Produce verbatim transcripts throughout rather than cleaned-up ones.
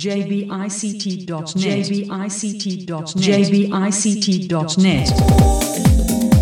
ジェイビーアイシーティードットネット ジェイビーアイシーティードットネット ジェイビーアイシーティードットネット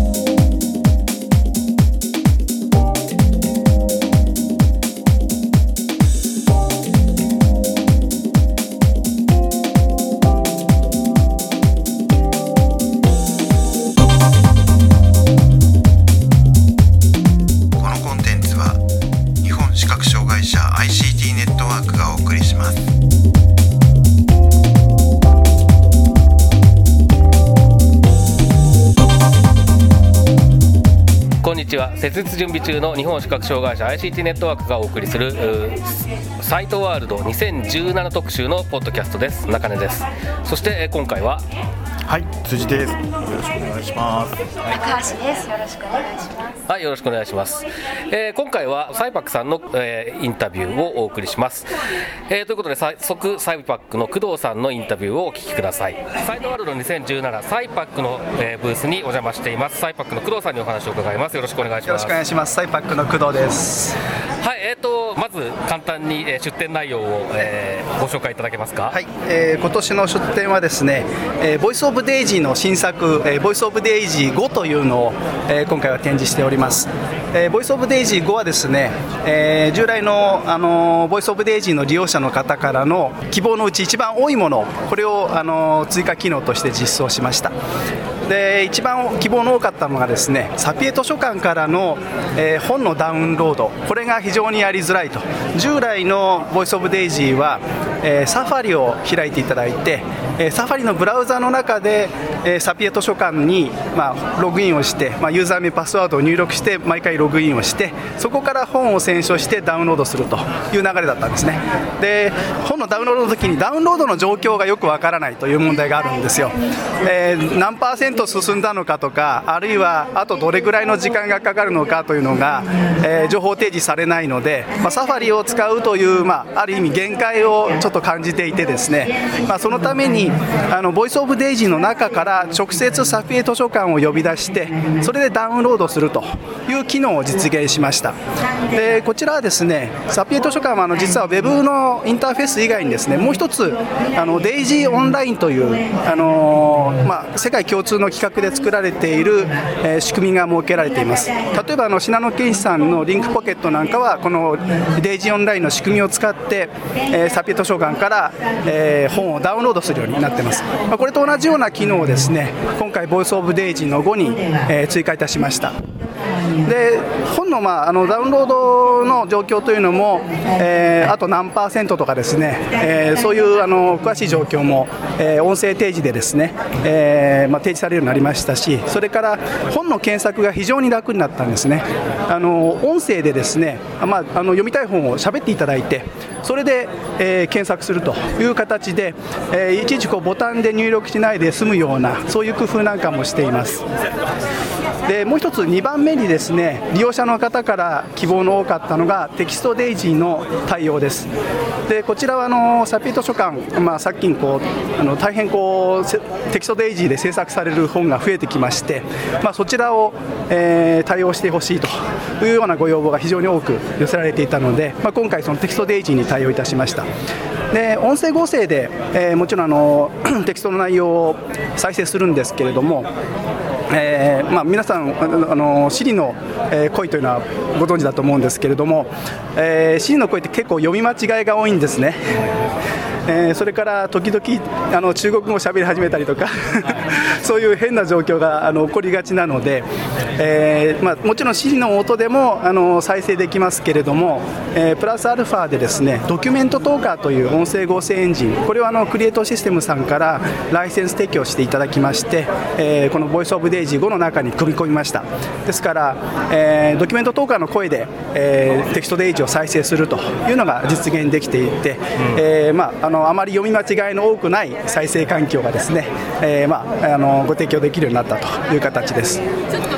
こんにちは。設立準備中の日本視覚障害者 アイシーティー ネットワークがお送りするサイトワールドにせんじゅうなな特集のポッドキャストです。中根です。そして今回ははい、辻です。よろしくお願いします。 高橋です。よろしくお願いします。 はい、よろしくお願いします。えー、今回はサイパックさんの、えー、インタビューをお送りします。えー、ということで早速サイパックの工藤さんのインタビューをお聞きください。サイトワールドにせんじゅうななサイパックの、えー、ブースにお邪魔しています。サイパックの工藤さんにお話を伺います。よろしくお願いします。 よろしくお願いします。サイパックの工藤です。 はい、えーとまず簡単に、えー、出展内容を、えー、ご紹介いただけますか。 はい、えー、今年の出展はですね、えー、ボイスオブデイジーの新作、えー、ボイスオブデイジーごというのを、えー、今回は展示しております。えー、ボイスオブデイジーごはですね、えー、従来の、あのー、ボイスオブデイジーの利用者の方からの希望のうち一番多いもの、これを、あのー、追加機能として実装しました。で一番希望の多かったのがですね、サピエ図書館からの、えー、本のダウンロード、これが非常にやりづらいと。従来のボイスオブデイジーは、えー、サファリを開いていただいて、えー、サファリのブラウザの中で、えー、サピエ図書館に、まあ、ログインをして、まあ、ユーザー名パスワードを入力して毎回ログインをして、そこから本を選書してダウンロードするという流れだったんですね。で本のダウンロードの時にダウンロードの状況がよくわからないという問題があるんですよ。えー、何パーセント進んだのかとか、あるいはあとどれぐらいの時間がかかるのかというのが、えー、情報提示されないので、まあ、サファリを使うという、まあ、ある意味限界をちょっと感じていてですね、まあ、そのためにあのボイスオブデイジーの中から直接サピエ図書館を呼び出して、それでダウンロードするという機能を実現しました。でこちらはですね、サピエ図書館はあの実は Web のインターフェース以外にですね、もう一つあのデイジーオンラインという、あのーまあ、世界共通の企画で作られている、えー、仕組みが設けられています。例えばあの信濃健志さんのリンクポケットなんかはこのデイジーオンラインの仕組みを使って、えー、サピエ図書館から、えー、本をダウンロードするようになっています。まあ、これと同じような機能をですね、今回ボイスオブデイジーのごに、えー、追加いたしました。で本の、まあ、あのダウンロードの状況というのも、えー、あと何パーセントとかですね、えー、そういうあの詳しい状況も、えー、音声提示でですね、えーまあ、提示されるようになりましたし、それから本の検索が非常に楽になったんですね。あの音声でですね、まあ、あの読みたい本を喋っていただいて、それで、えー、検索するという形で、えー、いちいちこうボタンで入力しないで済むような、そういう工夫なんかもしています。でもう一つにばんめにですね、利用者の方から希望の多かったのがテキストデイジーの対応です。でこちらはあのサピエ図書館、まあ、最近こうあの大変こうテキストデイジーで制作される本が増えてきまして、まあ、そちらを、えー、対応してほしいというようなご要望が非常に多く寄せられていたので、まあ、今回そのテキストデイジーに対応いたしました。で音声合成で、えー、もちろんあのテキストの内容を再生するんですけれども、えーまあ、皆さんあの Siri の、えー、声というのはご存知だと思うんですけれども、えー、Siri の声って結構読み間違いが多いんですね。えー、それから時々あの中国語を喋り始めたりとかそういう変な状況があの起こりがちなので、えーまあ、もちろん Siri の音でもあの再生できますけれども、えー、プラスアルファでですね、ドキュメントトーカーという音声合成エンジン、これはあのクリエイトシステムさんからライセンス提供していただきまして、えー、このボイスオブデイジーごの中に組み込みました。ですから、えー、ドキュメントトーカーの声で、えー、テキストデイジーを再生するというのが実現できていて、うんえーまあ、あのあまり読み間違いの多くない再生環境がですね、えーまあ、あのご提供できるようになったという形です。 ちょっと人が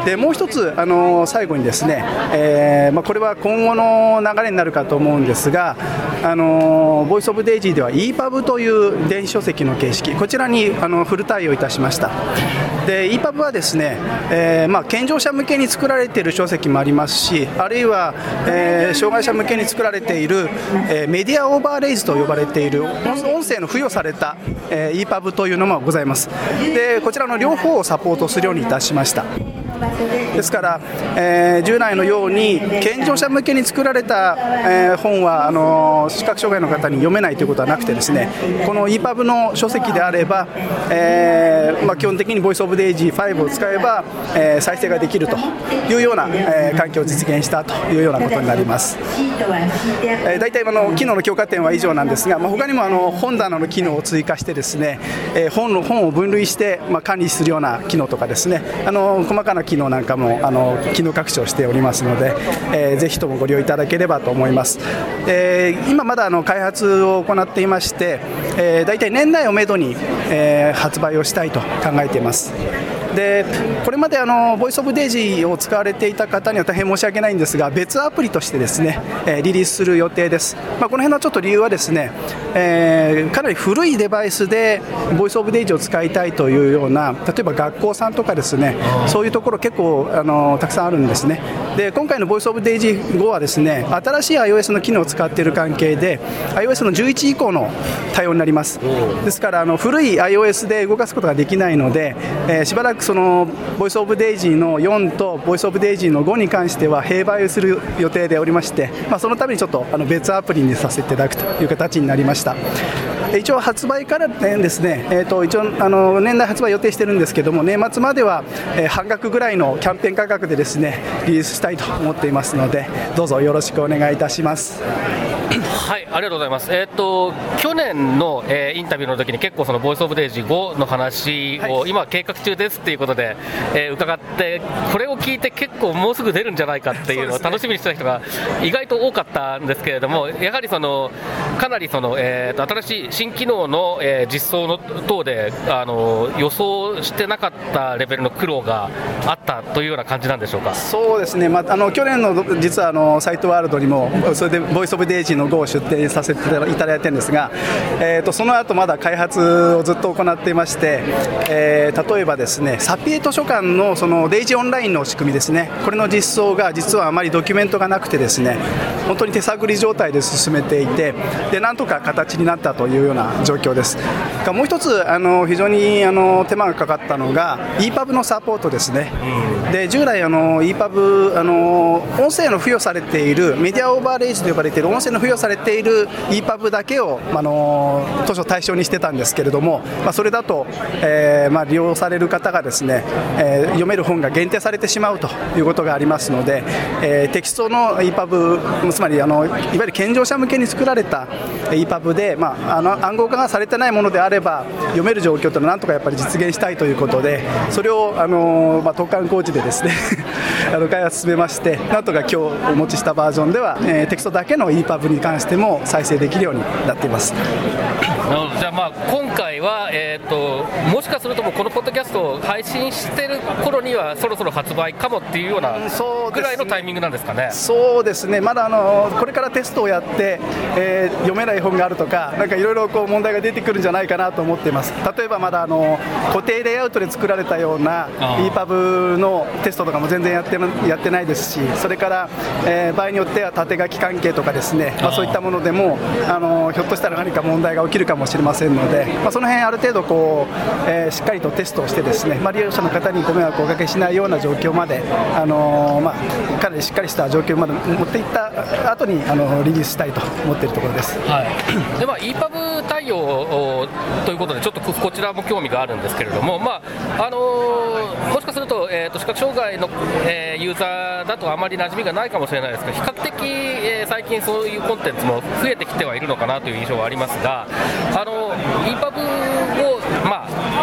でもう一つあの最後にですね、えーまあ、これは今後の流れになるかと思うんですが、あのボイスオブデイジーでは イーパブ という電子書籍の形式、こちらにあのフル対応いたしました。で イーパブ はですね、えーまあ、健常者向けに作られている書籍もありますし、あるいは、えー、障害者向けに作られている、えー、メディアオーバーレイズと呼ばれている音声の付与された、えー、イーパブ というのもございます。でこちらの両方をサポートするようにいたしました。ですから、えー、従来のように健常者向けに作られた、えー、本はあの視覚障害の方に読めないということはなくてですね、この イーパブ の書籍であれば、えーまあ、基本的にボイスオブデイジーファイブを使えば、えー、再生ができるというような、えー、環境を実現したというようなことになります。えー、大体あの機能の強化点は以上なんですが、まあ、他にもあの本棚の機能を追加してですね、えー、本の本を分類して、まあ、管理するような機能とかですね、あの細かな機能なんかもあの機能拡張しておりますので、えー、ぜひともご利用いただければと思います。えー、今まだあの開発を行っていまして、えー、大体年内をめどに、えー、発売をしたいと考えています。でこれまであのボイスオブデイジーを使われていた方には大変申し訳ないんですが、別アプリとしてですね、えー、リリースする予定です。まあ、この辺のちょっと理由はですね、えー、かなり古いデバイスでボイスオブデイジーを使いたいというような、例えば学校さんとかですね、そういうところ結構あのたくさんあるんですね。で今回のボイスオブデイジーゴはですね、新しい iOS の機能を使っている関係で iOS のじゅういち以降の対応になります。ですからあの古い iOS で動かすことができないので、えー、しばらくそのボイスオブデイジーのよんとボイスオブデイジーのごに関しては併売する予定でおりまして、まあ、そのためにちょっとあの別アプリにさせていただくという形になりました。一応発売からですね、えー、と一応あの年内発売予定しているんですけども、年末までは、えー、半額ぐらいのキャンペーン価格でですねリリースしたいと思っていますので、どうぞよろしくお願いいたします。 はい、ありがとうございます。えー、と去年の、えー、インタビューの時に結構そのボイスオブデイジーゴの話を、はい、今計画中ですっていうことで、えー、伺って、これを聞いて結構もうすぐ出るんじゃないかっていうのを楽しみにしてた人が意外と多かったんですけれども、やはりそのかなりその、えー、と新しい新機能の、えー、実装の等であの予想してなかったレベルの苦労があったというような感じなんでしょうか。 そうですね、まあ、あの去年の実はあのサイトワールドにもそれでボイスオブデイジーのゴを出展させていただいてるんですが、えー、とその後まだ開発をずっと行っていまして、えー、例えばですねサピエ図書館のそのデイジーオンラインの仕組みですね、これの実装が実はあまりドキュメントがなくてですね、本当に手探り状態で進めていて、でなんとか形になったというような状況です。もう一つあの非常にあの手間がかかったのが イーパブ のサポートですね。で従来あの イーパブ あの音声の付与されているメディアオーバーレイズと呼ばれている音声の付与されている イーパブ だけをあの当初対象にしてたんですけれども、まあ、それだと、えーまあ、利用される方がですね、えー、読める本が限定されてしまうということがありますので、えー、テキストの イーパブ、つまりあのいわゆる健常者向けに作られた イーパブ で、まあ、あの暗号化がされてないものであれば読める状況というのはなんとかやっぱり実現したいということで、それをあの、まあ、特貫工事でですねあの開発進めまして、なんとか今日お持ちしたバージョンでは、えー、テキストだけの イーパブ に関しても再生できるようになっています。 なるほど。じゃあ、まあ今回は、えー、ともしかするともこのポッドキャストを配信している頃にはそろそろ発売かもっていうようなぐらいのタイミングなんですかね。 そうですね、まだあのこれからテストをやって、えー、読めない本があるとか、なんかいろいろ問題が出てくるんじゃないかなと思っています。例えばまだあの固定レイアウトで作られたような イーパブ のテストとかも全然やって、やってないですし、それから、えー、場合によっては縦書き関係とかですね、まあ、そういったものでもあのひょっとしたら何か問題が起きるかもしれませんので、まあ、その辺ある程度こう、えー、しっかりとテストをしてですね、まあ、利用者の方にご迷惑をおかけしないような状況まで、あのーまあ、かなりしっかりした状況まで持っていった後にあのリリースしたいと思っているところです。はい。で、まあ、 イーパブ 対応ということでちょっとこちらも興味があるんですけれども、まああのー、もしかすると、えー、と視覚障害の、えー、ユーザーだとあまり馴染みがないかもしれないですが、比較的、えー、最近そういうコンテンツも増えてきてはいるのかなという印象はありますが、あの イーパブ を、まあ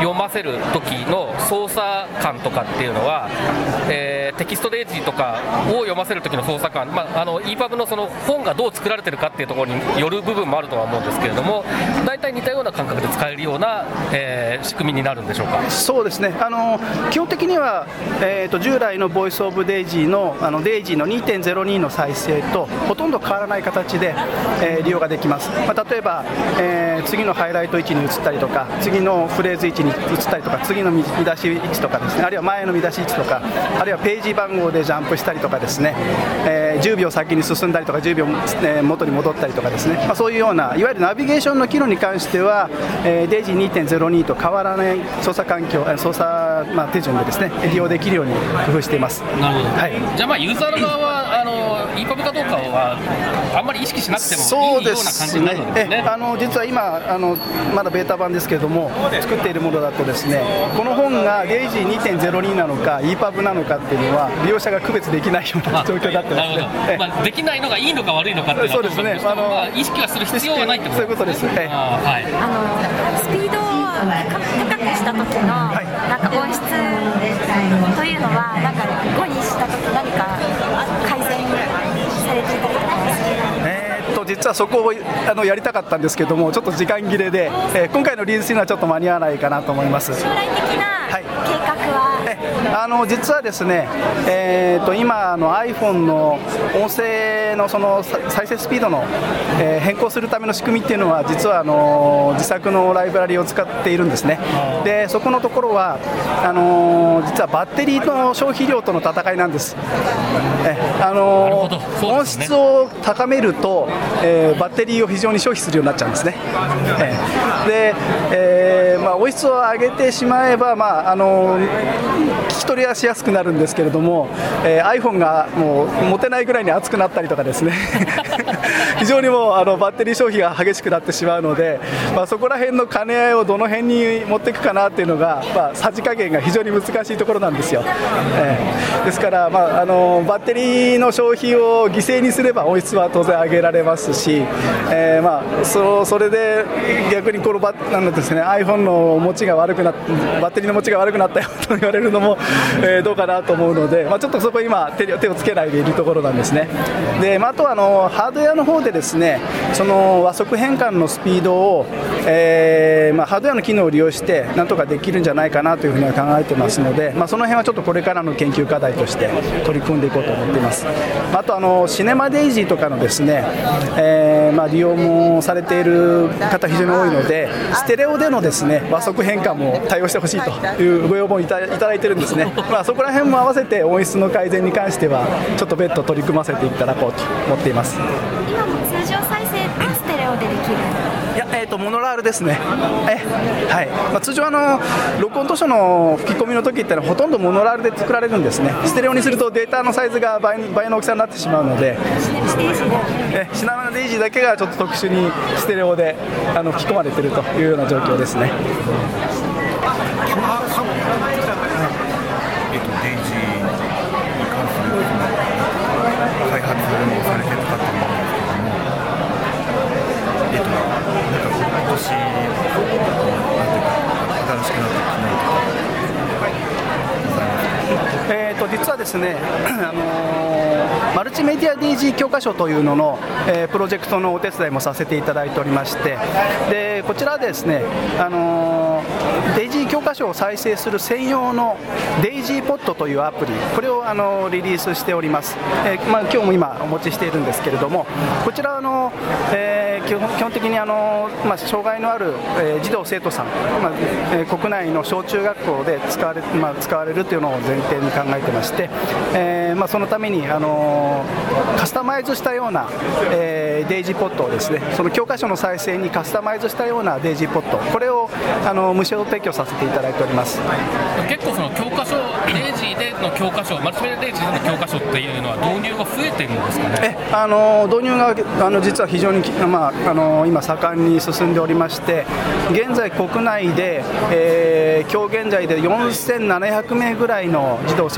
読ませる時の操作感とかっていうのは、えー、テキストデイジーとかを読ませる時の操作感、まあ、あの イーパブ のその本がどう作られてるかっていうところによる部分もあるとは思うんですけれども、大体似たような感覚で使えるような、えー、仕組みになるんでしょうか。 そうですね、あの基本的には、えー、と従来のボイスオブデイジーの、あのデイジーの にてんゼロに の再生とほとんど変わらない形で、えー、利用ができます。まあ、例えば、えー、次のハイライト位置に移ったりとか、次のフレーズ位置に移ったりとか、次の見出し位置とかですね、あるいは前の見出し位置とか、あるいはページ番号でジャンプしたりとかですね、えー、じゅうびょう先に進んだりとかじゅうびょう、えー、元に戻ったりとかですね、まあ、そういうようないわゆるナビゲーションの機能に関しては、えー、デイジー にてんゼロに と変わらない操作環境、操作、まあ、手順でですね利用できるように工夫しています。 なるほど、 はい、 じゃあ、まあユーザーの側はあの イーパブ かどうかはあんまり意識しなくてもいいような感じになるんですね。 えあの実は今あのまだベータ版ですけれども、作っているものだとですね、この本が デイジー にてんゼロに なのか イーパブ なのかっていうのは利用者が区別できないような状況になってますね。 まあ、できないのがいいのか悪いのかっていうのはそうですね、あの、まあ、意識はする必要はないってことですね。 そういうことです。えあはい、あのスピードを高くした時の、はい、なんか音質というのはなんかごにした時何か改善されていたりとかですね。 実はそこをあのやりたかったんですけども、ちょっと時間切れで、えー、今回のリリースにはちょっと間に合わないかなと思います。 将来的な計画は、はい、 えあの実はですね、えー、と今あの iPhone の音声のその再生スピードの、えー、変更するための仕組みっていうのは実はあの自作のライブラリを使っているんですね。でそこのところはあの実はバッテリーの消費量との戦いなんです。えあの、ね、音質を高めると、えー、バッテリーを非常に消費するようになっちゃうんですね。えー、で、えーまあ、音質を上げてしまえば、まあ、あの聞き取りはしやすくなるんですけれども、えー、iPhone がもう持てないぐらいに熱くなったりとかですね非常にもうあのバッテリー消費が激しくなってしまうので、まあ、そこら辺の兼ね合いをどの辺に持っていくかなっていうのが、まあ、さじ加減が非常に難しいところなんですよ。えー、ですから、まあ、あのバッテリーの消費を犠牲にすれば音質は当然上げられますし、えーまあ、そ, それで逆にこのバなんだですね iPhone の持ちが悪くなっバッテリーの持ちが悪くなったよと言われるのも、えー、どうかなと思うので、まあ、ちょっとそこ今 手, 手をつけないでいるところなんですね。で、まあ、あとはあのハードウェアの方でですね、その和速変換のスピードを、えーまあ、ハードウェアの機能を利用してなんとかできるんじゃないかなというふうには考えてますので、まあ、その辺はちょっとこれからの研究課題として取り組んでいこうと思っています。あとあのシネマデイジーとかのですね、えーまあ、利用もされている方非常に多いので、ステレオでのですね和速変換も対応してほしいというご要望をいただいているんですね。まあ、そこら辺も合わせて音質の改善に関してはちょっと別途取り組ませていただこうと思っています。 今も通常再生がステレオでできる？ いや、えー、とモノラルですね。え、はい、まあ、通常あの録音図書の吹き込みの時ってのはほとんどモノラルで作られるんですね。ステレオにするとデータのサイズが 倍, 倍の大きさになってしまうので、シナマデイジーだけがちょっと特殊にステレオであの吹き込まれているというような状況ですね。 開発をされてるかと思うんですけども、えっと、なんか今年、新しくなった機能とかえー、と実はですね、あのー、マルチメディア ディージー 教科書というのの、えー、プロジェクトのお手伝いもさせていただいておりまして、でこちらはですね、あのー、デイジー教科書を再生する専用のデイジーポッドというアプリ、これを、あのー、リリースしております。えーまあ、今日も今お持ちしているんですけれども、こちらはあの、えー、基本、基本的にあの、まあ、障害のある、えー、児童生徒さん、まあえー、国内の小中学校で使われ、まあ、使われるというのを前提に考えてまして、えーまあ、そのために、あのー、カスタマイズしたような、えー、デイジーポッドをですね、その教科書の再生にカスタマイズしたようなデイジーポッド、これをあの無償提供させていただいております。 結構その教科書デイジーでの教科書、マルチメディアデイジーでの教科書っていうのは導入が増えてるんですかね。 えあの導入があの実は非常に、まあ、あの今盛んに進んでおりまして、現在国内で、えー、今日現在でよんせんななひゃくめいぐらいの児童生徒さんが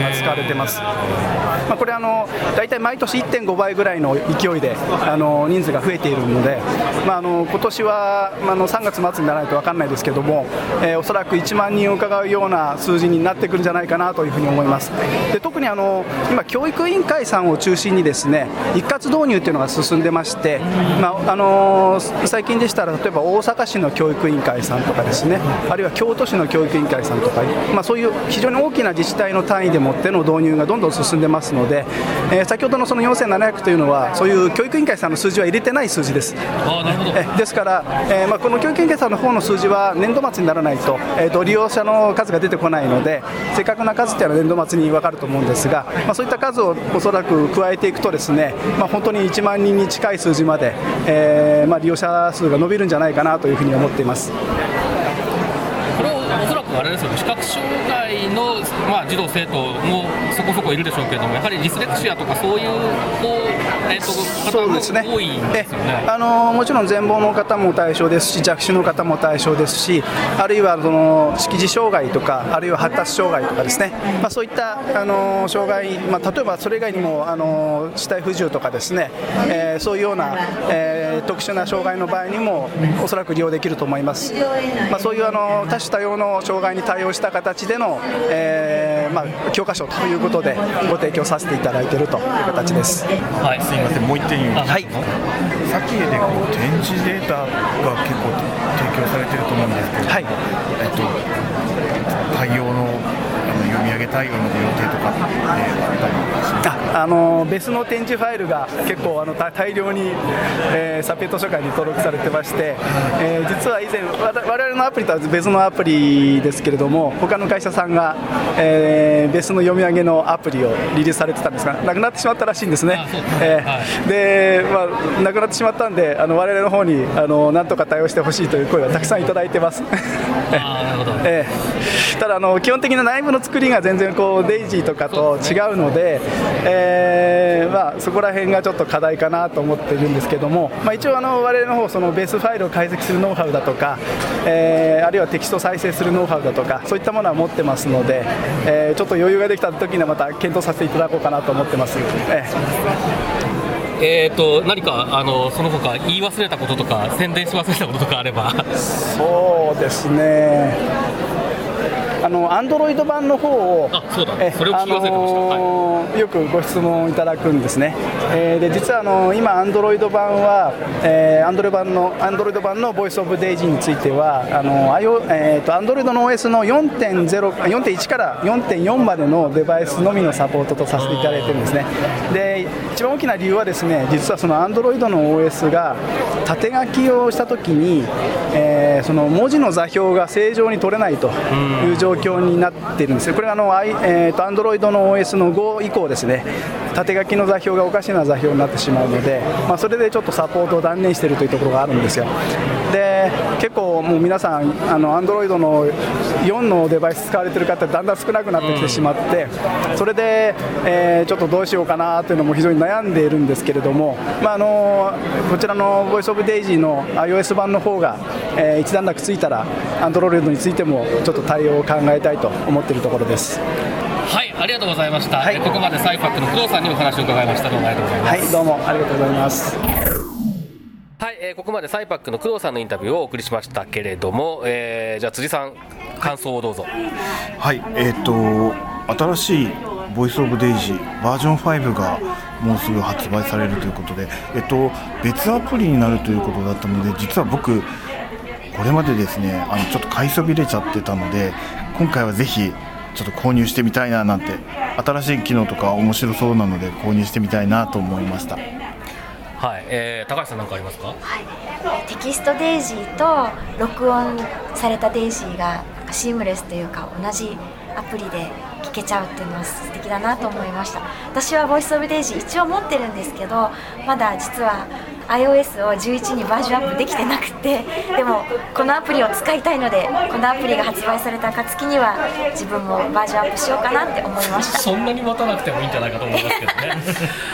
が使われてます。まあ、これあの大体毎年 いってんご 倍ぐらいの勢いであの人数が増えているので、まあ、あの今年は、まあ、あのさんがつ末にならないと分からないですけども、えー、おそらくいちまんにんを伺うような数字になってくるんじゃないかなというふうに思います。で特にあの今教育委員会さんを中心にですね一括導入というのが進んでまして、まああのー、最近でしたら例えば大阪市の教育委員会さんとかですね、あるいは京都市の教育委員会さんとか、まあ、そういう非常に大きな自治体の単位でもっての導入がどんどん進んでますので、えー、先ほどのそのよんせんななひゃくというのはそういう教育委員会さんの数字は入れてない数字です。 あ、なるほど。 えですから、えーまあ、この教育委員会さんの方の数字は年度末にならないと、えー、と利用者の数が出てこないので、正確な数というのは年度末に分かると思うんですが、まあ、そういった数をおそらく加えていくとですね、まあ、本当にいちまんにんに近い数字まで、えーまあ、利用者数が伸びるんじゃないかなというふうに思っています。 これはおそらくあれですよね、視覚障害の、まあ、児童生徒もそこそこいるでしょうけれども、やはりディスレクシアとかそういうこう、えー、と方も多いんですよね。 あのもちろん全盲の方も対象ですし、弱視の方も対象ですし、あるいはその識字障害とか、あるいは発達障害とかですね、まあ、そういったあの障害、まあ、例えばそれ以外にもあの肢体不自由とかですね、えー、そういうような、えー、特殊な障害の場合にもおそらく利用できると思います。まあ、そういうあの多種多様の障害に対応した形での、えーまあ、教科書ということでご提供させていただいているという形です。 はい、 すみません、もう一点言うと、 はい、 さっきでこう展示データが結構提供されていると思うんですけど、 はい、 えっと、対応の読み上げ対応の予定とかってあったりしますか？ ああの別の展示ファイルが結構あの大量に、えー、サピエ図書館に登録されてまして、えー、実は以前我々のアプリとは別のアプリですけれども、他の会社さんが、えー、別の読み上げのアプリをリリースされてたんですが、なくなってしまったらしいんですね。えーはい、で、まあ、なくなってしまったんで、あの我々の方にあのなんとか対応してほしいという声をたくさんいただいてます。 あ、なるほど。 えー、ただあの基本的な内部の作りが全然こうデイジーとかと違うので、えーまあ、そこら辺がちょっと課題かなと思っているんですけども、まあ、一応あの我々の方そのベースファイルを解析するノウハウだとか、えー、あるいはテキスト再生するノウハウだとか、そういったものは持ってますので、えー、ちょっと余裕ができた時にはまた検討させていただこうかなと思ってます。えーえー、と何かあのその他言い忘れたこととか宣伝し忘れたこととかあれば。 そうですね、あの Android 版の方を、 あ、そうだ、それを聞き忘れてました。あのーはい、よくご質問いただくんですね。えー、で実はあの今 Android 版は、えー、Android 版の Android 版の Voice of Daisy についてはあの、えー、と Android の オーエス の よんてんゼロ、よんてんいち から よんてんよん までのデバイスのみのサポートとさせていただいているんですね。で一番大きな理由はですね、実はその Android の オーエス が縦書きをしたときに、えー、その文字の座標が正常に取れないという状況になっているんですよ。これはあの、えー、と Android の オーエス のご以降ですね、縦書きの座標がおかしな座標になってしまうので、まあ、それでちょっとサポートを断念しているというところがあるんですよ。で結構もう皆さんあの Android のよんのデバイス使われている方だんだん少なくなってきてしまって、それで、えー、ちょっとどうしようかなというのも非常に悩んでいるんですけれども、まあ、あのこちらの Voice of Daisy の iOS 版の方が、えー、一段落ついたら Android についてもちょっと対応を考えたいと思っているところです。 はい、ありがとうございました。 はい、 ここまでサイパックの工藤さんにお話を伺いました。どうもありがとうございます。 はい、どうもありがとうございます。 はい、えー、ここまでサイパックの工藤さんのインタビューをお送りしましたけれども、えー、じゃあ辻さん感想をどうぞ。 はい、えー、と新しいボイスオブデイジーバージョンファイブがもうすぐ発売されるということで、えっと、別アプリになるということだったので、実は僕これまでですねあのちょっと買いそびれちゃってたので、今回はぜひちょっと購入してみたいななんて、新しい機能とか面白そうなので購入してみたいなと思いました。 はい、えー、高橋さん何かありますか？ はい、テキストデイジーと録音されたデイジーがシームレスというか同じアプリで聞けちゃうっていうのは素敵だなと思いました。私は Voice of Daisy 一応持ってるんですけど、まだ実は iOS をじゅういちにバージョンアップできてなくて、でもこのアプリを使いたいので、このアプリが発売された暁には自分もバージョンアップしようかなって思いました。 そんなに待たなくてもいいんじゃないかと思いますけどね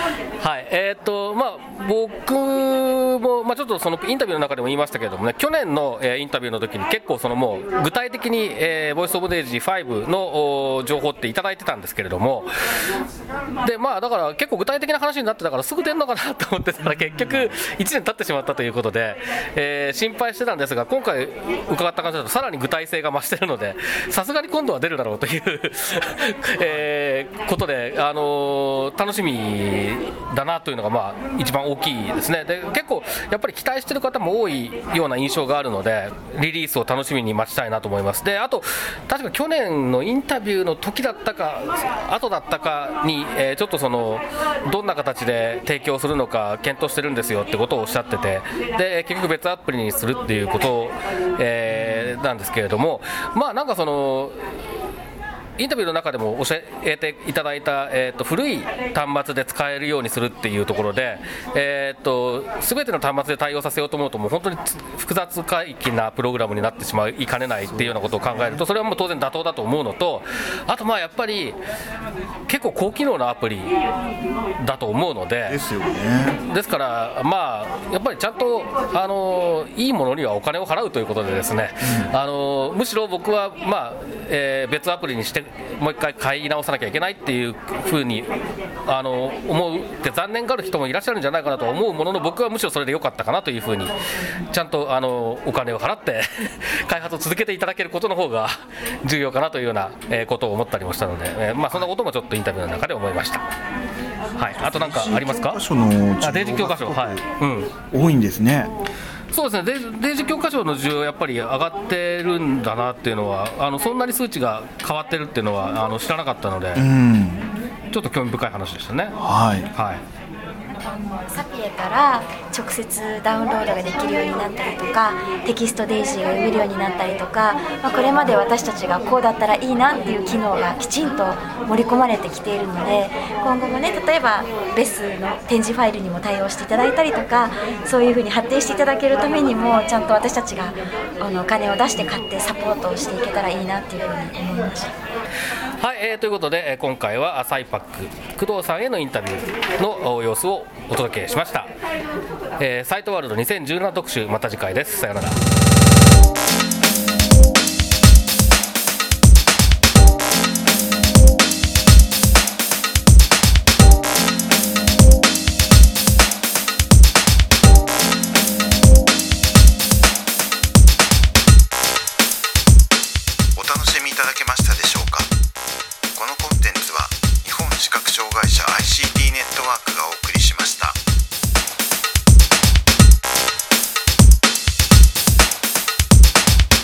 はい、えーっとまあ、僕も、まあ、ちょっとそのインタビューの中でも言いましたけれどもね、去年の、えー、インタビューの時に結構そのもう具体的に、えー、ボイスオブデイジーファイブの情報っていただいてたんですけれども、で、まあ、だから結構具体的な話になってたからすぐ出るのかなと思ってたら結局いちねん経ってしまったということで、えー、心配してたんですが、今回伺った感じだとさらに具体性が増しているので、さすがに今度は出るだろうという、えー、ことで、あのー、楽しみだなというのがまあ一番大きいですね。で、結構やっぱり期待している方も多いような印象があるので、リリースを楽しみに待ちたいなと思います。で、あと確か去年のインタビューの時だったか後だったかに、えー、ちょっとそのどんな形で提供するのか検討してるんですよってことをおっしゃってて、で結局別アプリにするっていうことを、えー、なんですけれども、まあなんかそのインタビューの中でも教えていただいた、えー、と古い端末で使えるようにするっていうところで、えー、と全ての端末で対応させようと思うともう本当に複雑回帰なプログラムになってしまいかねないっていうようなことを考えると、それはもう当然妥当だと思うのと、あとまあやっぱり結構高機能なアプリだと思うので、 ですよね。 ですからまあやっぱりちゃんとあのいいものにはお金を払うということでですね、うん、あのむしろ僕はまあ、えー、別アプリにしてもう一回買い直さなきゃいけないっていうふうにあの思うって残念がある人もいらっしゃるんじゃないかなと思うものの、僕はむしろそれで良かったかなというふうにちゃんとあのお金を払って開発を続けていただけることの方が重要かなというようなことを思ったりもしたので、えーまあ、そんなこともちょっとインタビューの中で思いました。はい、あと何かありますか？ デイジ教科書のあデイジ教科書、はい、 うん、多いんですね。 そうですね、デイ、デイジ教科書の需要やっぱり上がってるんだなっていうのは、あのそんなに数値が変わってるっていうのはあの知らなかったので、うん、ちょっと興味深い話でしたね。 はい、 はい、 サピエから直接ダウンロードができるようになったりとか、テキストデイジーが読めるようになったりとか、まあ、これまで私たちがこうだったらいいなっていう機能がきちんと盛り込まれてきているので、今後もね、例えばベスの展示ファイルにも対応していただいたりとか、そういうふうに発展していただけるためにもちゃんと私たちがあのお金を出して買ってサポートをしていけたらいいなっていうふうに思いました。 はい、えー、ということで今回はサイパック工藤さんへのインタビューの様子をお届けしました。えー、サイトワールドにせんじゅうなな特集、また次回です。さようなら。